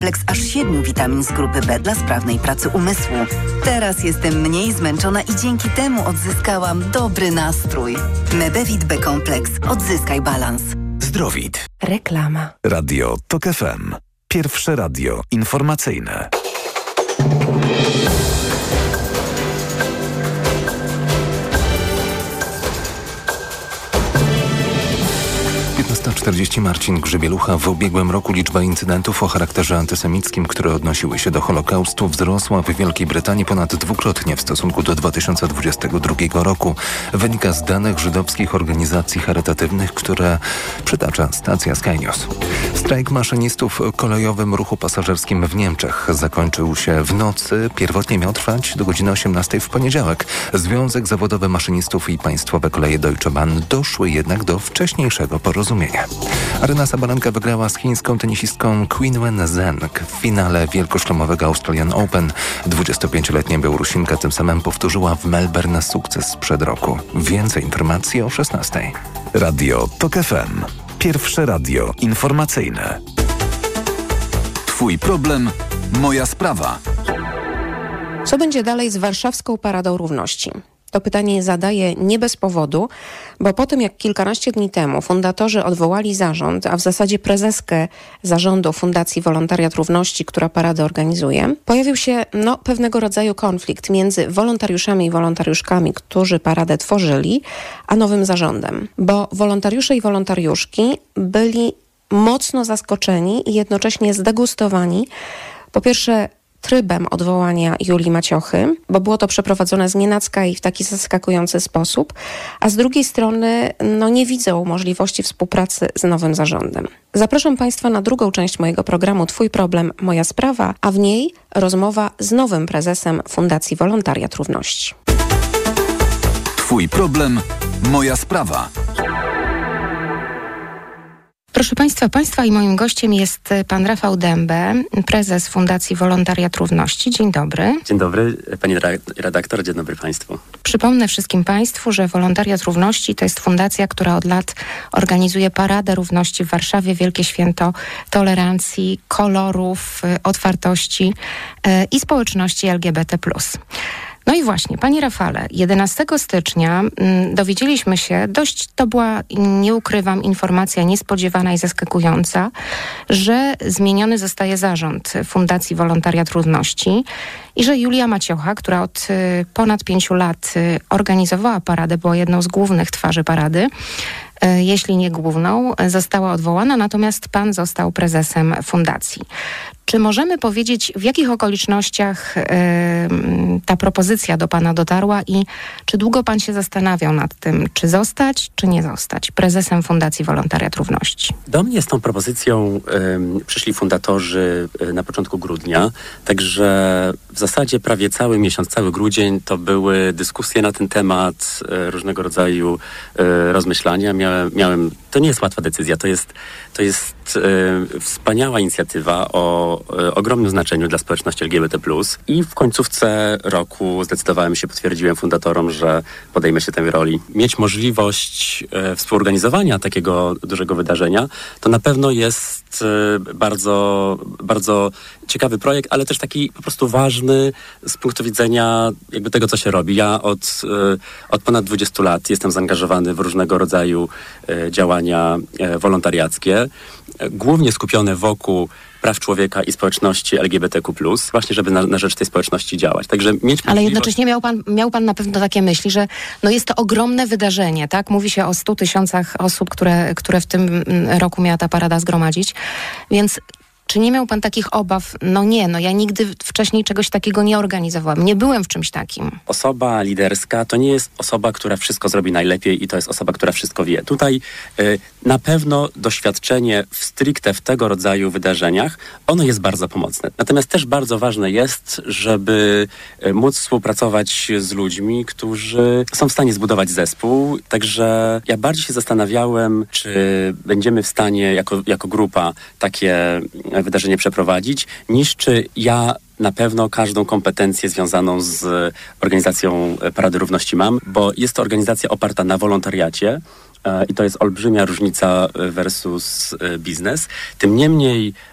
Kompleks aż 7 witamin z grupy B dla sprawnej pracy umysłu. Teraz jestem mniej zmęczona i dzięki temu odzyskałam dobry nastrój. Medevit B Kompleks. Odzyskaj balans. Zdrowit. Reklama. Radio TOK FM. Pierwsze radio informacyjne. Marcin Grzybielucha. W ubiegłym roku liczba incydentów o charakterze antysemickim, które odnosiły się do Holokaustu, wzrosła w Wielkiej Brytanii ponad dwukrotnie w stosunku do 2022 roku. Wynika z danych żydowskich organizacji charytatywnych, które przytacza stacja Sky News. Strajk maszynistów w kolejowym ruchu pasażerskim w Niemczech zakończył się w nocy. Pierwotnie miał trwać do godziny 18 w poniedziałek. Związek Zawodowy Maszynistów i Państwowe Koleje Deutsche Bahn doszły jednak do wcześniejszego porozumienia. Aryna Sabalenka wygrała z chińską tenisistką Qinwen Zheng w finale wielkoszlemowego Australian Open. 25-letnia Białorusinka tym samym powtórzyła w Melbourne sukces sprzed roku. Więcej informacji o 16:00. Radio TOK FM. Pierwsze radio informacyjne. Twój problem, moja sprawa. Co będzie dalej z warszawską Paradą Równości? To pytanie zadaję nie bez powodu, bo po tym jak kilkanaście dni temu fundatorzy odwołali zarząd, a w zasadzie prezeskę zarządu Fundacji Wolontariat Równości, która paradę organizuje, pojawił się pewnego rodzaju konflikt między wolontariuszami i wolontariuszkami, którzy paradę tworzyli, a nowym zarządem. Bo wolontariusze i wolontariuszki byli mocno zaskoczeni i jednocześnie zdegustowani, po pierwsze trybem odwołania Julii Maciochy, bo było to przeprowadzone znienacka i w taki zaskakujący sposób, a z drugiej strony nie widzą możliwości współpracy z nowym zarządem. Zapraszam Państwa na drugą część mojego programu Twój problem, moja sprawa, a w niej rozmowa z nowym prezesem Fundacji Wolontariat Równości. Twój problem, moja sprawa. Proszę Państwa i moim gościem jest pan Rafał Dębę, prezes Fundacji Wolontariat Równości. Dzień dobry. Dzień dobry, pani redaktor, dzień dobry Państwu. Przypomnę wszystkim Państwu, że Wolontariat Równości to jest fundacja, która od lat organizuje Paradę Równości w Warszawie, wielkie święto tolerancji, kolorów, otwartości i społeczności LGBT+. No i właśnie, panie Rafale, 11 stycznia dowiedzieliśmy się, to była, nie ukrywam, informacja niespodziewana i zaskakująca, że zmieniony zostaje zarząd Fundacji Wolontariat Równości i że Julia Maciocha, która od ponad 5 lat organizowała paradę, była jedną z głównych twarzy parady, jeśli nie główną, została odwołana, natomiast pan został prezesem fundacji. Czy możemy powiedzieć, w jakich okolicznościach ta propozycja do pana dotarła i czy długo pan się zastanawiał nad tym, czy zostać, czy nie zostać prezesem Fundacji Wolontariat Równości? Do mnie z tą propozycją przyszli fundatorzy na początku grudnia, także w zasadzie prawie cały miesiąc, cały grudzień to były dyskusje na ten temat, różnego rodzaju rozmyślania. To nie jest łatwa decyzja, to jest wspaniała inicjatywa o ogromnym znaczeniu dla społeczności LGBT+. I w końcówce roku zdecydowałem się, potwierdziłem fundatorom, że podejmę się tej roli. Mieć możliwość współorganizowania takiego dużego wydarzenia, to na pewno jest bardzo, bardzo ciekawy projekt, ale też taki po prostu ważny z punktu widzenia jakby tego, co się robi. Ja od ponad 20 lat jestem zaangażowany w różnego rodzaju działania wolontariackie, głównie skupione wokół praw człowieka i społeczności LGBTQ+, właśnie żeby na rzecz tej społeczności działać. Także Ale jednocześnie miał pan na pewno takie myśli, że jest to ogromne wydarzenie, tak? Mówi się o 100 000 osób, które w tym roku miała ta parada zgromadzić, więc czy nie miał pan takich obaw? Ja nigdy wcześniej czegoś takiego nie organizowałam. Nie byłem w czymś takim. Osoba liderska to nie jest osoba, która wszystko zrobi najlepiej i to jest osoba, która wszystko wie. Tutaj na pewno doświadczenie stricte w tego rodzaju wydarzeniach, ono jest bardzo pomocne. Natomiast też bardzo ważne jest, żeby móc współpracować z ludźmi, którzy są w stanie zbudować zespół. Także ja bardziej się zastanawiałem, czy będziemy w stanie jako grupa takie wydarzenie przeprowadzić, niż czy ja na pewno każdą kompetencję związaną z organizacją Parady Równości mam, bo jest to organizacja oparta na wolontariacie i to jest olbrzymia różnica versus biznes. Tym niemniej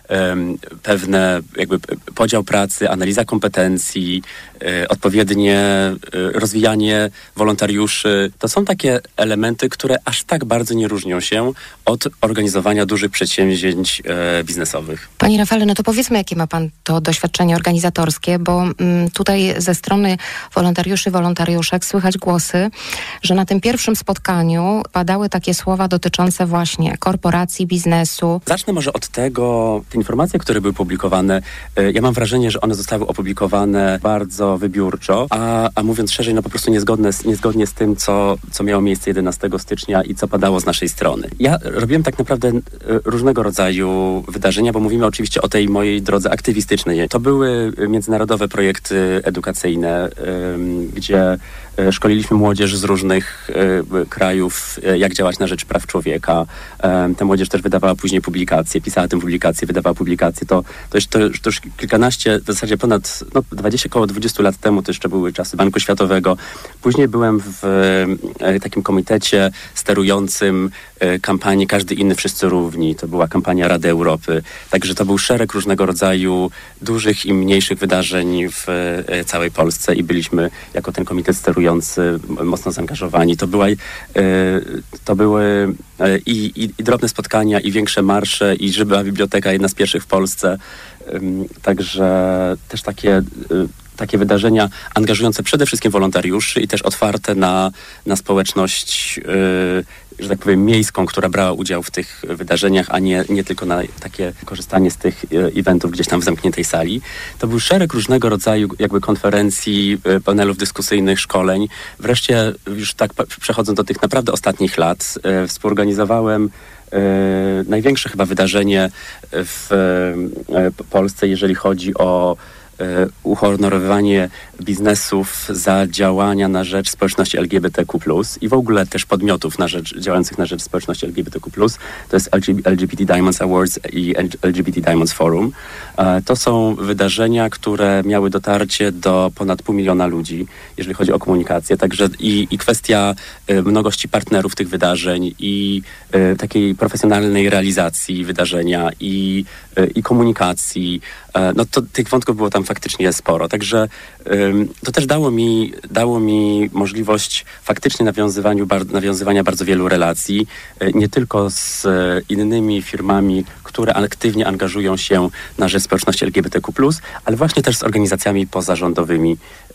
pewne jakby podział pracy, analiza kompetencji, odpowiednie rozwijanie wolontariuszy. To są takie elementy, które aż tak bardzo nie różnią się od organizowania dużych przedsięwzięć biznesowych. Panie Rafale, no to powiedzmy, jakie ma pan to doświadczenie organizatorskie, bo tutaj ze strony wolontariuszy, wolontariuszek słychać głosy, że na tym pierwszym spotkaniu padały takie słowa dotyczące właśnie korporacji, biznesu. Zacznę może od tego, te informacje, które były publikowane, ja mam wrażenie, że one zostały opublikowane bardzo wybiórczo, a mówiąc szerzej, no po prostu niezgodnie z tym, co miało miejsce 11 stycznia i co padało z naszej strony. Ja robiłem tak naprawdę różnego rodzaju wydarzenia, bo mówimy oczywiście o tej mojej drodze aktywistycznej. To były międzynarodowe projekty edukacyjne, gdzie szkoliliśmy młodzież z różnych krajów, jak działać na rzecz praw człowieka. Ta młodzież też wydawała później publikacje, pisała tę publikację, wydawała publikacje. To już kilkanaście, w zasadzie ponad około 20 lat temu, to jeszcze były czasy Banku Światowego. Później byłem w takim komitecie sterującym kampanii Każdy inny, wszyscy równi. To była kampania Rady Europy. Także to był szereg różnego rodzaju dużych i mniejszych wydarzeń w całej Polsce i byliśmy jako ten komitet sterujący mocno zaangażowani. To były i drobne spotkania, i większe marsze, i Żywa Biblioteka, jedna z pierwszych w Polsce. Także też takie wydarzenia angażujące przede wszystkim wolontariuszy i też otwarte na społeczność, że tak powiem, miejską, która brała udział w tych wydarzeniach, a nie tylko na takie korzystanie z tych eventów gdzieś tam w zamkniętej sali. To był szereg różnego rodzaju jakby konferencji, panelów dyskusyjnych, szkoleń. Wreszcie już tak przechodząc do tych naprawdę ostatnich lat, współorganizowałem największe chyba wydarzenie w Polsce, jeżeli chodzi o uhonorowywanie biznesów za działania na rzecz społeczności LGBTQ+, i w ogóle też podmiotów działających na rzecz społeczności LGBTQ+. To jest LGBT Diamonds Awards i LGBT Diamonds Forum. To są wydarzenia, które miały dotarcie do ponad 500 000 ludzi, jeżeli chodzi o komunikację. Także i kwestia mnogości partnerów tych wydarzeń i takiej profesjonalnej realizacji wydarzenia i komunikacji. No to tych wątków było tam faktycznie sporo. Także to też dało mi możliwość faktycznie nawiązywania bardzo wielu relacji, nie tylko z innymi firmami, które aktywnie angażują się na rzecz społeczności LGBTQ+, ale właśnie też z organizacjami pozarządowymi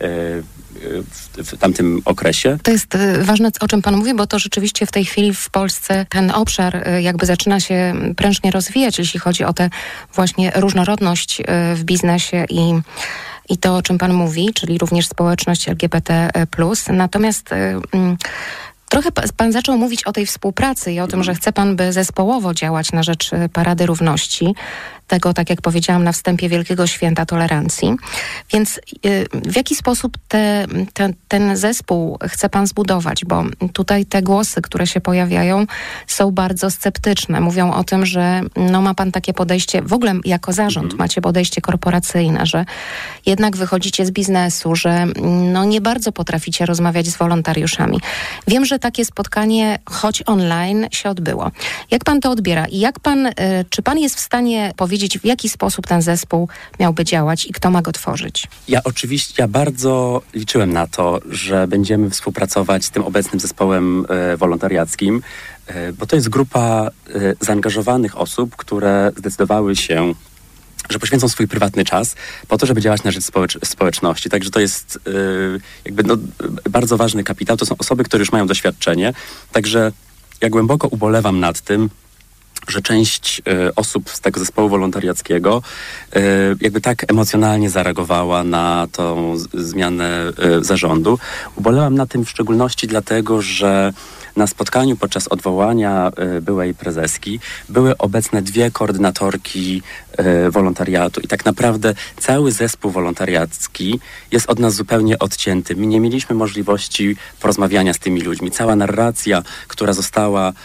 w tamtym okresie. To jest ważne, o czym pan mówi, bo to rzeczywiście w tej chwili w Polsce ten obszar jakby zaczyna się prężnie rozwijać, jeśli chodzi o tę właśnie różnorodność w biznesie i to, o czym pan mówi, czyli również społeczność LGBT+. Natomiast trochę pan zaczął mówić o tej współpracy i o tym, że chce pan, by zespołowo działać na rzecz Parady Równości. Tego, tak jak powiedziałam na wstępie, Wielkiego Święta Tolerancji. Więc w jaki sposób ten zespół chce pan zbudować? Bo tutaj te głosy, które się pojawiają, są bardzo sceptyczne. Mówią o tym, że ma pan takie podejście, w ogóle jako zarząd macie podejście korporacyjne, że jednak wychodzicie z biznesu, że nie bardzo potraficie rozmawiać z wolontariuszami. Wiem, że takie spotkanie, choć online, się odbyło. Jak pan to odbiera? I czy pan jest w stanie powiedzieć, w jaki sposób ten zespół miałby działać i kto ma go tworzyć? Ja bardzo liczyłem na to, że będziemy współpracować z tym obecnym zespołem wolontariackim, bo to jest grupa zaangażowanych osób, które zdecydowały się, że poświęcą swój prywatny czas po to, żeby działać na rzecz społeczności. Także to jest bardzo ważny kapitał. To są osoby, które już mają doświadczenie. Także ja głęboko ubolewam nad tym, że część osób z tego zespołu wolontariackiego jakby tak emocjonalnie zareagowała na tą zmianę zarządu. Ubolewam na tym w szczególności dlatego, że na spotkaniu podczas odwołania byłej prezeski były obecne 2 koordynatorki wolontariatu i tak naprawdę cały zespół wolontariacki jest od nas zupełnie odcięty. My nie mieliśmy możliwości porozmawiania z tymi ludźmi. Cała narracja, która została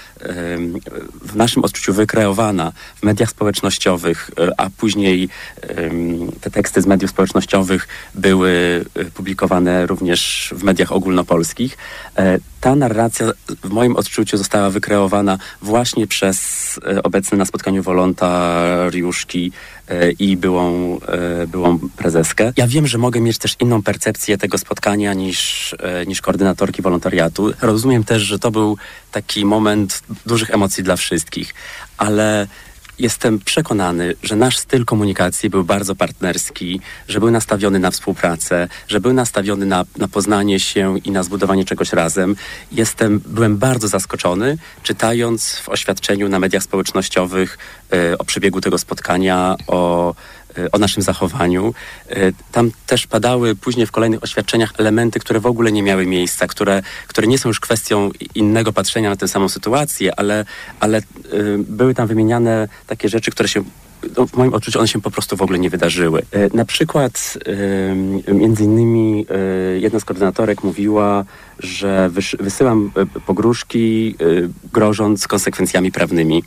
w naszym odczuciu wykreowana w mediach społecznościowych, a później te teksty z mediów społecznościowych były publikowane również w mediach ogólnopolskich. Ta narracja w moim odczuciu została wykreowana właśnie przez obecne na spotkaniu wolontariuszki i byłą prezeskę. Ja wiem, że mogę mieć też inną percepcję tego spotkania niż koordynatorki wolontariatu. Rozumiem też, że to był taki moment dużych emocji dla wszystkich, ale jestem przekonany, że nasz styl komunikacji był bardzo partnerski, że był nastawiony na współpracę, że był nastawiony na poznanie się i na zbudowanie czegoś razem. Byłem bardzo zaskoczony, czytając w oświadczeniu na mediach społecznościowych o przebiegu tego spotkania, o naszym zachowaniu. Tam też padały później w kolejnych oświadczeniach elementy, które w ogóle nie miały miejsca, które nie są już kwestią innego patrzenia na tę samą sytuację, ale były tam wymieniane takie rzeczy, które się, w moim odczuciu, one się po prostu w ogóle nie wydarzyły. Na przykład między innymi jedna z koordynatorek mówiła, że wysyłam pogróżki, grożąc konsekwencjami prawnymi.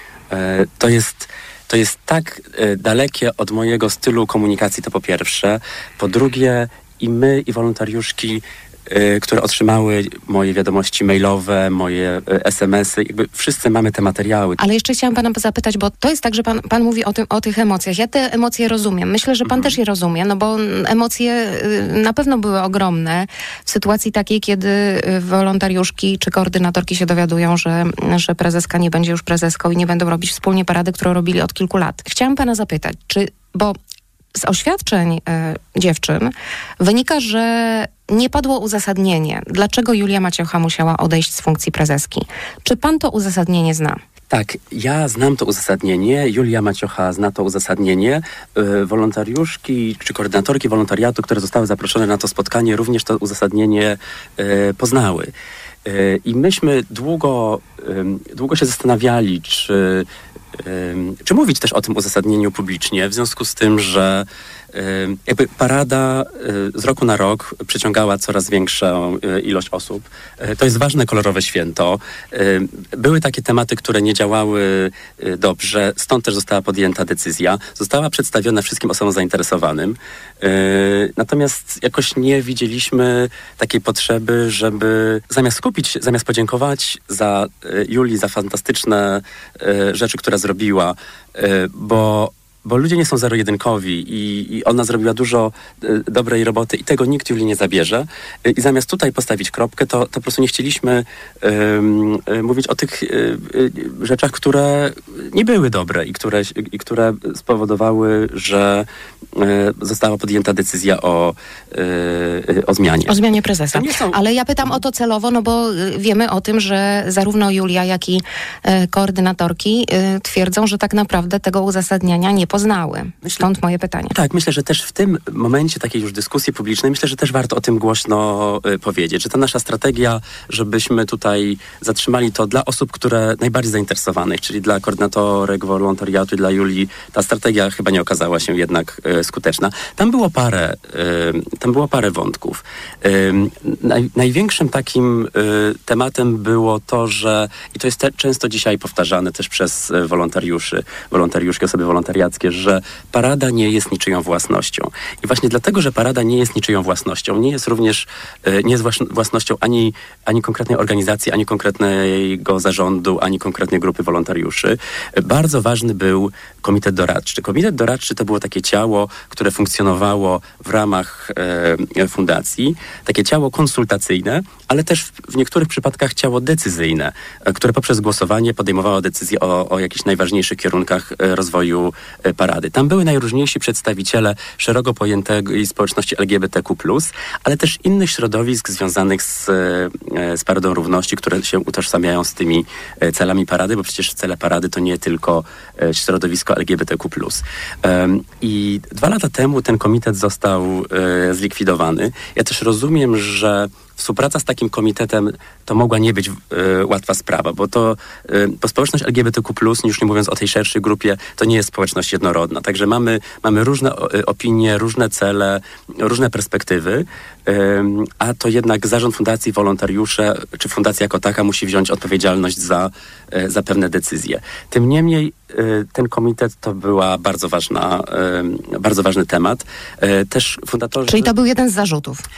To jest tak dalekie od mojego stylu komunikacji, to po pierwsze. Po drugie, i my, i wolontariuszki, które otrzymały moje wiadomości mailowe, moje SMS-y, jakby wszyscy mamy te materiały. Ale jeszcze chciałam pana zapytać, bo to jest tak, że pan mówi o tych emocjach. Ja te emocje rozumiem. Myślę, że pan też je rozumie, no bo emocje na pewno były ogromne w sytuacji takiej, kiedy wolontariuszki czy koordynatorki się dowiadują, że prezeska nie będzie już prezeską i nie będą robić wspólnie parady, którą robili od kilku lat. Chciałam pana zapytać, bo z oświadczeń dziewczyn wynika, że nie padło uzasadnienie, dlaczego Julia Maciocha musiała odejść z funkcji prezeski. Czy pan to uzasadnienie zna? Tak, ja znam to uzasadnienie, Julia Maciocha zna to uzasadnienie. Wolontariuszki czy koordynatorki wolontariatu, które zostały zaproszone na to spotkanie, również to uzasadnienie poznały. I myśmy długo się zastanawiali, czy mówić też o tym uzasadnieniu publicznie, w związku z tym, że jakby parada z roku na rok przyciągała coraz większą ilość osób. To jest ważne, kolorowe święto. Były takie tematy, które nie działały dobrze, stąd też została podjęta decyzja. Została przedstawiona wszystkim osobom zainteresowanym. Natomiast jakoś nie widzieliśmy takiej potrzeby, żeby zamiast podziękować za Julii, za fantastyczne rzeczy, które zrobiła, bo ludzie nie są zero-jedynkowi i ona zrobiła dużo dobrej roboty i tego nikt Julii nie zabierze. I zamiast tutaj postawić kropkę, to po prostu nie chcieliśmy mówić o tych rzeczach, które nie były dobre i które spowodowały, że została podjęta decyzja o zmianie. O zmianie prezesa. Ale ja pytam o to celowo, no bo wiemy o tym, że zarówno Julia, jak i koordynatorki twierdzą, że tak naprawdę tego uzasadnienia nie poznały. Stąd moje pytanie. Tak, myślę, że też w tym momencie takiej już dyskusji publicznej, myślę, że też warto o tym głośno powiedzieć, że ta nasza strategia, żebyśmy tutaj zatrzymali to dla osób, które najbardziej zainteresowanych, czyli dla koordynatorek wolontariatu i dla Julii, ta strategia chyba nie okazała się jednak skuteczna. Tam było parę wątków. Największym takim tematem było to, że, i to jest często dzisiaj powtarzane też przez wolontariuszki, osoby wolontariackie, że parada nie jest niczyją własnością. I właśnie dlatego, że parada nie jest niczyją własnością, nie jest własnością ani konkretnej organizacji, ani konkretnego zarządu, ani konkretnej grupy wolontariuszy. Bardzo ważny był komitet doradczy. Komitet doradczy to było takie ciało, które funkcjonowało w ramach fundacji, takie ciało konsultacyjne, ale też w niektórych przypadkach ciało decyzyjne, które poprzez głosowanie podejmowało decyzje o jakichś najważniejszych kierunkach rozwoju parady. Tam były najróżniejsi przedstawiciele szeroko pojętej społeczności LGBTQ+, ale też innych środowisk związanych z Paradą Równości, które się utożsamiają z tymi celami parady, bo przecież cele parady to nie tylko środowisko LGBTQ+. I 2 lata temu ten komitet został zlikwidowany. Ja też rozumiem, że współpraca z takim komitetem to mogła nie być łatwa sprawa, bo społeczność LGBTQ+, już nie mówiąc o tej szerszej grupie, to nie jest społeczność jednorodna. Także mamy różne opinie, różne cele, różne perspektywy, a to jednak zarząd fundacji, wolontariusze, czy fundacja jako taka musi wziąć odpowiedzialność za pewne decyzje. Tym niemniej ten komitet to była bardzo ważny temat. Też fundatorzy... Czyli to był jeden z zarzutów.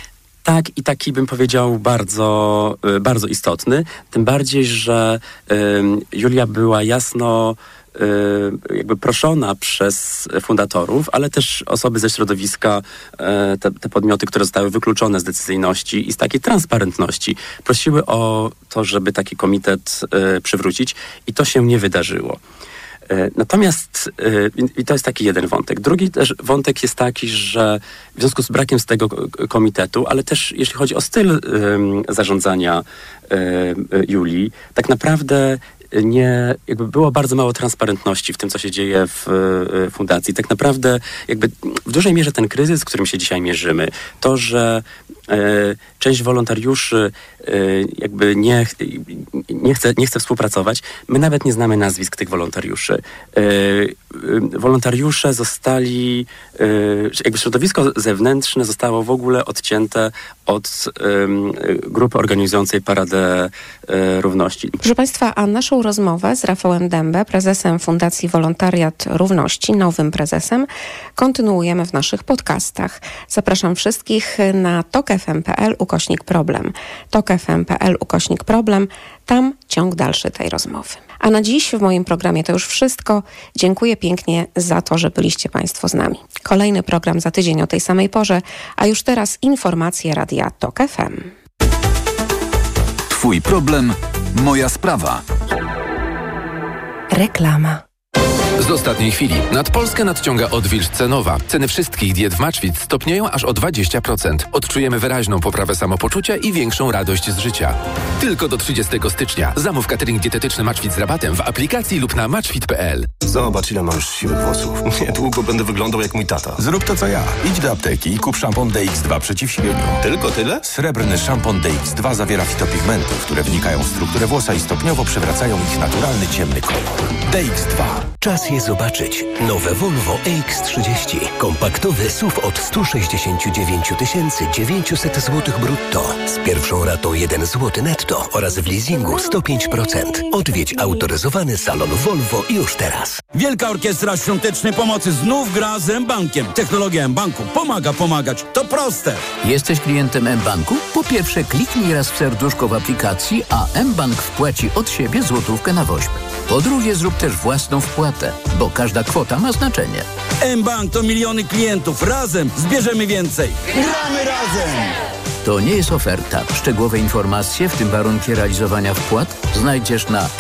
Tak, i taki bym powiedział bardzo, bardzo istotny. Tym bardziej, że Julia była jasno jakby proszona przez fundatorów, ale też osoby ze środowiska, te podmioty, które zostały wykluczone z decyzyjności i z takiej transparentności, prosiły o to, żeby taki komitet przywrócić i to się nie wydarzyło. Natomiast, i to jest taki jeden wątek. Drugi też wątek jest taki, że w związku z brakiem z tego komitetu, ale też jeśli chodzi o styl zarządzania Julii, tak naprawdę jakby było bardzo mało transparentności w tym, co się dzieje w fundacji. Tak naprawdę jakby w dużej mierze ten kryzys, z którym się dzisiaj mierzymy, to, że część wolontariuszy jakby nie chce współpracować. My nawet nie znamy nazwisk tych wolontariuszy. Wolontariusze zostali, jakby środowisko zewnętrzne zostało w ogóle odcięte od grupy organizującej Paradę Równości. Proszę Państwa, a naszą rozmowę z Rafałem Dębę, prezesem Fundacji Wolontariat Równości, nowym prezesem, kontynuujemy w naszych podcastach. Zapraszam wszystkich na tokfm.pl/problem. tokfm.pl/problem. Tam ciąg dalszy tej rozmowy. A na dziś w moim programie to już wszystko. Dziękuję pięknie za to, że byliście Państwo z nami. Kolejny program za tydzień o tej samej porze, a już teraz informacje Radia TOK FM. Twój problem, moja sprawa. Reklama. Z ostatniej chwili nad Polskę nadciąga odwilż cenowa. Ceny wszystkich diet w Maczwit stopnieją aż o 20%. Odczujemy wyraźną poprawę samopoczucia i większą radość z życia. Tylko do 30 stycznia. Zamów catering dietetyczny Maczwit z rabatem w aplikacji lub na maczwit.pl. Zobacz, ile mam już siwych włosów. Niedługo będę wyglądał jak mój tata. Zrób to, co ja. Idź do apteki i kup szampon DX2 przeciw siwieniu. Tylko tyle? Srebrny szampon DX2 zawiera fitopigmenty, które wnikają w strukturę włosa i stopniowo przewracają ich naturalny, ciemny kolor. DX2. Czas je zobaczyć. Nowe Volvo EX30. Kompaktowy SUV od 169 900 zł brutto. Z pierwszą ratą 1 zł netto oraz w leasingu 105%. Odwiedź autoryzowany salon Volvo już teraz. Wielka Orkiestra Świątecznej Pomocy znów gra z mBankiem. Technologia mBanku pomaga pomagać. To proste. Jesteś klientem mBanku? Po pierwsze kliknij raz w serduszko w aplikacji, a mBank wpłaci od siebie złotówkę na WOŚP. Po drugie zrób też własną wpłatę, bo każda kwota ma znaczenie. mBank to miliony klientów. Razem zbierzemy więcej. Gramy razem! To nie jest oferta. Szczegółowe informacje, w tym warunki realizowania wpłat, znajdziesz na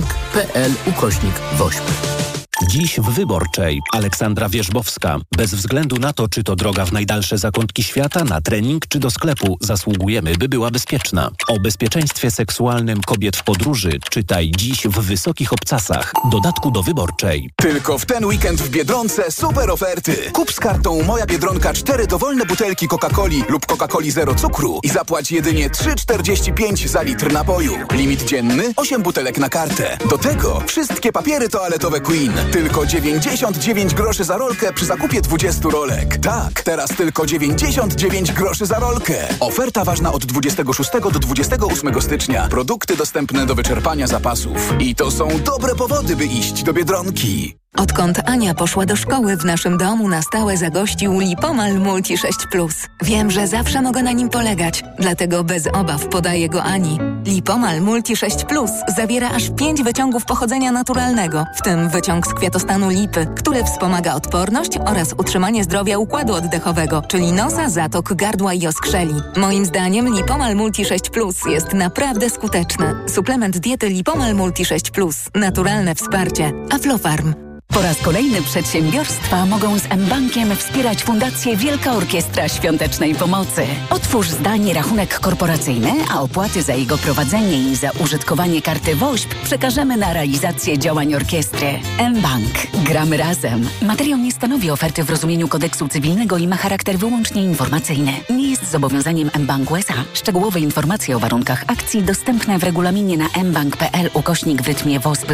mbank.pl/WOŚP. Dziś w Wyborczej Aleksandra Wierzbowska. Bez względu na to, czy to droga w najdalsze zakątki świata, na trening czy do sklepu, zasługujemy, by była bezpieczna. O bezpieczeństwie seksualnym kobiet w podróży czytaj dziś w Wysokich Obcasach. Dodatku do Wyborczej. Tylko w ten weekend w Biedronce super oferty. Kup z kartą Moja Biedronka 4 dowolne butelki Coca-Coli lub Coca-Coli zero cukru i zapłać jedynie 3,45 za litr napoju. Limit dzienny 8 butelek na kartę. Do tego wszystkie papiery toaletowe Queen. Tylko 99 groszy za rolkę przy zakupie 20 rolek. Tak, teraz tylko 99 groszy za rolkę. Oferta ważna od 26 do 28 stycznia. Produkty dostępne do wyczerpania zapasów. I to są dobre powody, by iść do Biedronki. Odkąd Ania poszła do szkoły, w naszym domu na stałe zagościł Lipomal Multi 6+. Wiem, że zawsze mogę na nim polegać, dlatego bez obaw podaję go Ani. Lipomal Multi 6+ zawiera aż 5 wyciągów pochodzenia naturalnego, w tym wyciąg z kwiatostanu lipy, który wspomaga odporność oraz utrzymanie zdrowia układu oddechowego, czyli nosa, zatok, gardła i oskrzeli. Moim zdaniem Lipomal Multi 6+ jest naprawdę skuteczny. Suplement diety Lipomal Multi 6+. Naturalne wsparcie. Aflofarm. Po raz kolejny przedsiębiorstwa mogą z mBankiem wspierać Fundację Wielka Orkiestra Świątecznej Pomocy. Otwórz zdalnie rachunek korporacyjny, a opłaty za jego prowadzenie i za użytkowanie karty WOŚP przekażemy na realizację działań orkiestry. mBank. Gramy razem. Materiał nie stanowi oferty w rozumieniu kodeksu cywilnego i ma charakter wyłącznie informacyjny. Nie jest zobowiązaniem mBank USA. Szczegółowe informacje o warunkach akcji dostępne w regulaminie na mbank.pl/ w rytmie WOSP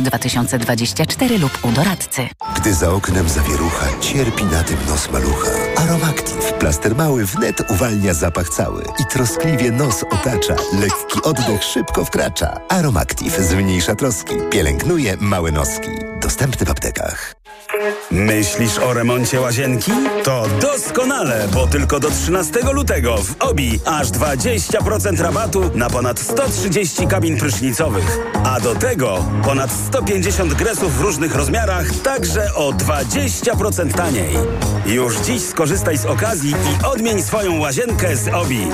2024 lub u doradcy. Gdy za oknem zawierucha, cierpi na tym nos malucha. Aromactive. Plaster mały wnet uwalnia zapach cały i troskliwie nos otacza. Lekki oddech szybko wkracza. Aromactive zmniejsza troski. Pielęgnuje małe noski. Dostępny w aptekach. Myślisz o remoncie łazienki? To doskonale, bo tylko do 13 lutego w OBI aż 20% rabatu na ponad 130 kabin prysznicowych. A do tego ponad 150 gresów w różnych rozmiarach, także o 20% taniej. Już dziś skorzystaj z okazji i odmień swoją łazienkę z OBI.